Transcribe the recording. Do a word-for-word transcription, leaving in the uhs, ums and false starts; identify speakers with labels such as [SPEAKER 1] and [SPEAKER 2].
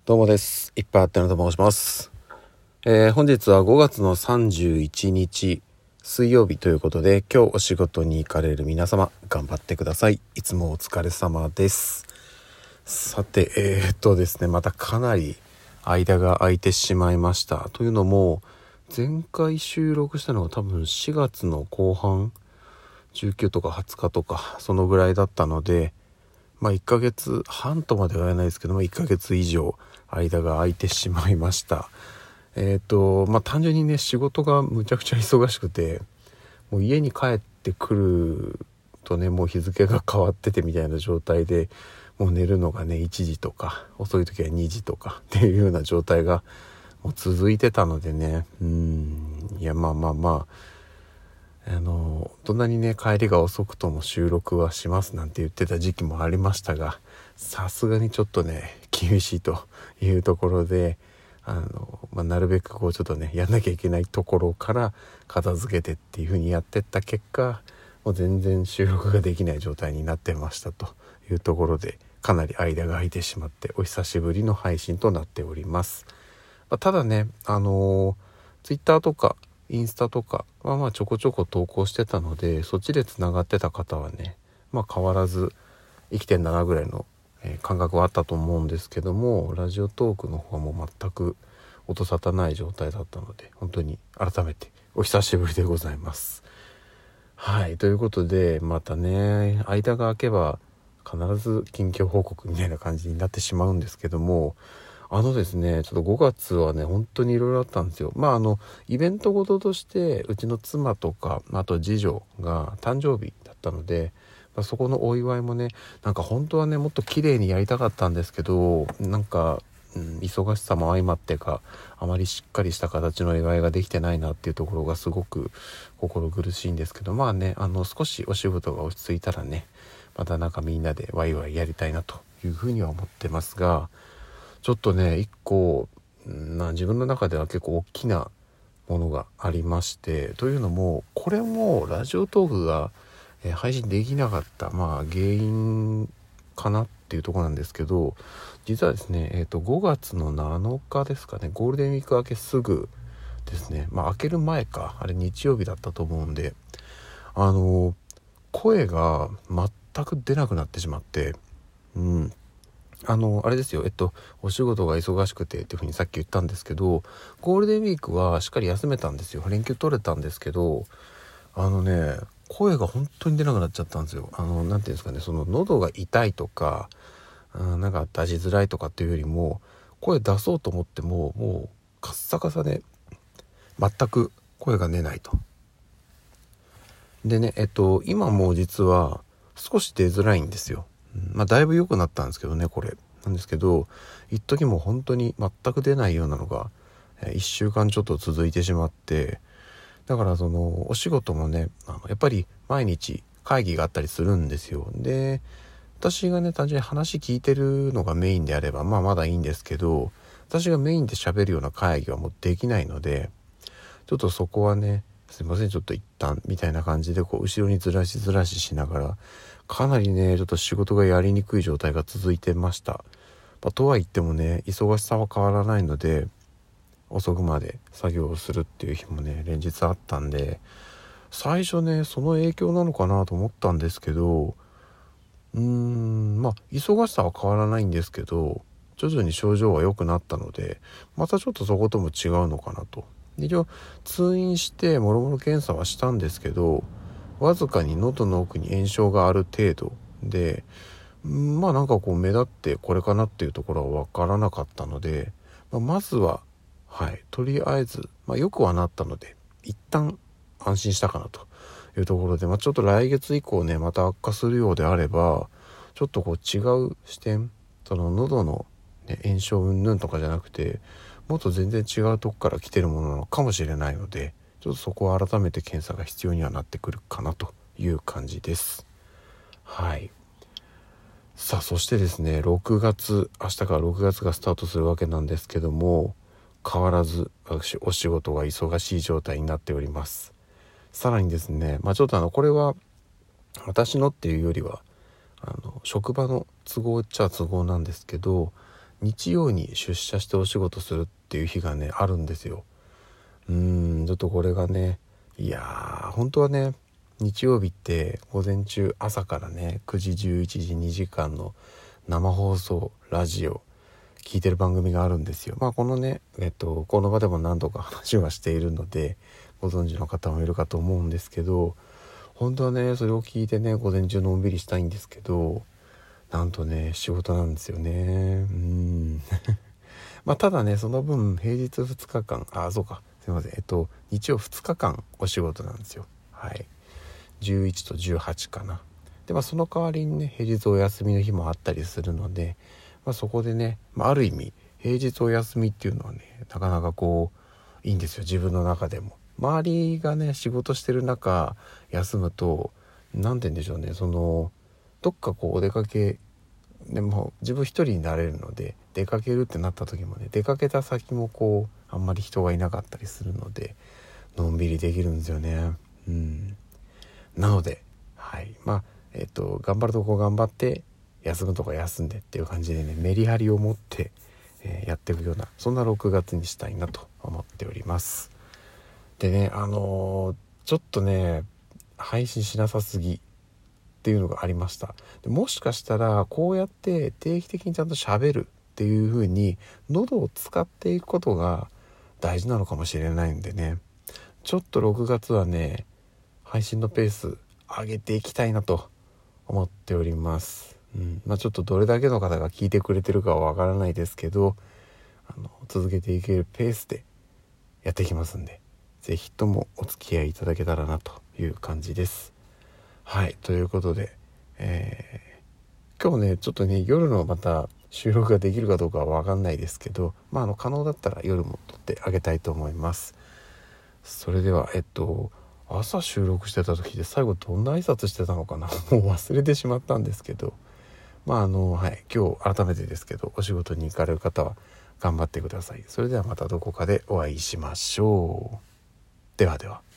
[SPEAKER 1] どうもです。いっぱいあってなと申します。えー、本日はごがつのさんじゅういちにち水曜日ということで、今日お仕事に行かれる皆様頑張ってください。いつもお疲れ様です。さて、えー、っとですね、またかなり間が空いてしまいました。というのも、前回収録したのが多分しがつの後半、じゅうくとかはつかとかそのぐらいだったので、まあいっかげつはんとまでは言わないですけども、いっかげつ以上間が空いてしまいました。えっとまあ単純にね、仕事がむちゃくちゃ忙しくて、もう家に帰ってくるとね、もう日付が変わっててみたいな状態で、もう寝るのがねいちじとか、遅い時はにじとかっていうような状態がもう続いてたのでね、うーんいやまあまあまああのどんなにね帰りが遅くとも収録はしますなんて言ってた時期もありましたが、さすがにちょっとね厳しいというところで、あの、まあ、なるべくこうちょっとねやんなきゃいけないところから片付けてっていう風にやってった結果、もう全然収録ができない状態になってましたというところで、かなり間が空いてしまってお久しぶりの配信となっております。まあ、ただね、あのツイッターとかインスタとかはまあちょこちょこ投稿してたので、そっちでつながってた方はね、まあ変わらず生きてんだなぐらいの感覚はあったと思うんですけども、ラジオトークの方はもう全く音沙汰ない状態だったので、本当に改めてお久しぶりでございます。はい、ということで、またね間が空けば必ず近況報告みたいな感じになってしまうんですけども、あのですね、ちょっとごがつはね本当にいろいろあったんですよ。まああのイベントごととしてうちの妻とか、あと次女が誕生日だったので、まあ、そこのお祝いもね、なんか本当はねもっと綺麗にやりたかったんですけど、なんか、うん、忙しさも相まってか、あまりしっかりした形の祝いができてないなっていうところがすごく心苦しいんですけど、まあね、あの少しお仕事が落ち着いたらね、またなんかみんなでワイワイやりたいなというふうには思ってますが、ちょっとね一個な自分の中では結構大きなものがありまして、というのもこれもラジオトークがえ配信できなかったまあ原因かなっていうところなんですけど、実はですね、えーとごがつのなのかですかね、ゴールデンウィーク明けすぐですね、まあ明ける前か、あれ日曜日だったと思うんで、あの声が全く出なくなってしまって、うんあのあれですよ、えっとお仕事が忙しくてっていうふうにさっき言ったんですけど、ゴールデンウィークはしっかり休めたんですよ。連休取れたんですけど、あのね声が本当に出なくなっちゃったんですよ。あのなんていうんですかね、その喉が痛いとか、うん、なんか出しづらいとかっていうよりも、声出そうと思ってももうカッサカサで全く声が出ないと。でね、えっと今もう実は少し出づらいんですよ。うん、まあだいぶ良くなったんですけどね、これなんですけど、一時も本当に全く出ないようなのがいっしゅうかんちょっと続いてしまって、だからそのお仕事もね、あのやっぱり毎日会議があったりするんですよ。で、私がね単純に話聞いてるのがメインであればまあまだいいんですけど、私がメインで喋るような会議はもうできないので、ちょっとそこはね、すいませんちょっと一旦みたいな感じでこう後ろにずらしずらししながら、かなりねちょっと仕事がやりにくい状態が続いてました。まあ、とは言ってもね忙しさは変わらないので、遅くまで作業をするっていう日もね連日あったんで、最初ねその影響なのかなと思ったんですけど、うーんまあ忙しさは変わらないんですけど、徐々に症状は良くなったので、またちょっとそことも違うのかなと。一応通院してもろもろ検査はしたんですけど、わずかに喉の奥に炎症がある程度で、まあなんかこう目立ってこれかなっていうところは分からなかったので、まあ、まずははいとりあえず、まあ、よくはなったので一旦安心したかなというところで、まあ、ちょっと来月以降ねまた悪化するようであれば、ちょっとこう違う視点、その喉の、ね、炎症云々とかじゃなくて、もっと全然違うとこから来てるものなのかもしれないので、ちょっとそこは改めて検査が必要にはなってくるかなという感じです。はい。さあそしてですね、ろくがつ、明日からろくがつがスタートするわけなんですけども、変わらず私お仕事が忙しい状態になっております。さらにですね、まあちょっとあのこれは私のっていうよりはあの職場の都合っちゃ都合なんですけど、 日曜に出社してお仕事するっていう日がねあるんですよ。うーんちょっとこれがね、いやー本当はね、日曜日って午前中朝からねくじじゅういちじにじかんの生放送ラジオ聞いてる番組があるんですよ。まあこのねえっとこの場でも何度か話はしているのでご存知の方もいるかと思うんですけど、本当はねそれを聞いてね午前中のんびりしたいんですけど、なんとね仕事なんですよね。うんまあただねその分平日ふつかかん、あそうかすいませんえっと日曜ふつかかんお仕事なんですよ。はいじゅういちとじゅうはちかな。でまあその代わりにね平日お休みの日もあったりするので、まあ、そこでね、まあ、ある意味平日お休みっていうのはねなかなかこういいんですよ。自分の中でも周りがね仕事してる中休むとなんて言うんでしょうね、そのどっかこうお出かけでも自分一人になれるので、出かけるってなった時もね出かけた先もこうあんまり人がいなかったりするのでのんびりできるんですよね。うんなのではいまあえっと頑張るとこ頑張って休むとか休んでっていう感じでねメリハリを持って、えー、やっていくようなそんなろくがつにしたいなと思っております。でねあのー、ちょっとね配信しなさすぎっていうのがありました。でもしかしたらこうやって定期的にちゃんと喋るっていう風に喉を使っていくことが大事なのかもしれないんでね、ちょっとろくがつはね配信のペース上げていきたいなと思っております。うんまあ、ちょっとどれだけの方が聞いてくれてるかはわからないですけど、あの続けていけるペースでやっていきますんで、ぜひともお付き合いいただけたらなという感じです。はいということで、えー、今日ねちょっとね夜のまた収録ができるかどうかはわかんないですけど、まああの可能だったら夜も撮ってあげたいと思います。それではえっと朝収録してた時で最後どんな挨拶してたのかなもう忘れてしまったんですけど、まああのはい今日改めてですけどお仕事に行かれる方は頑張ってください。それではまたどこかでお会いしましょう。ではでは。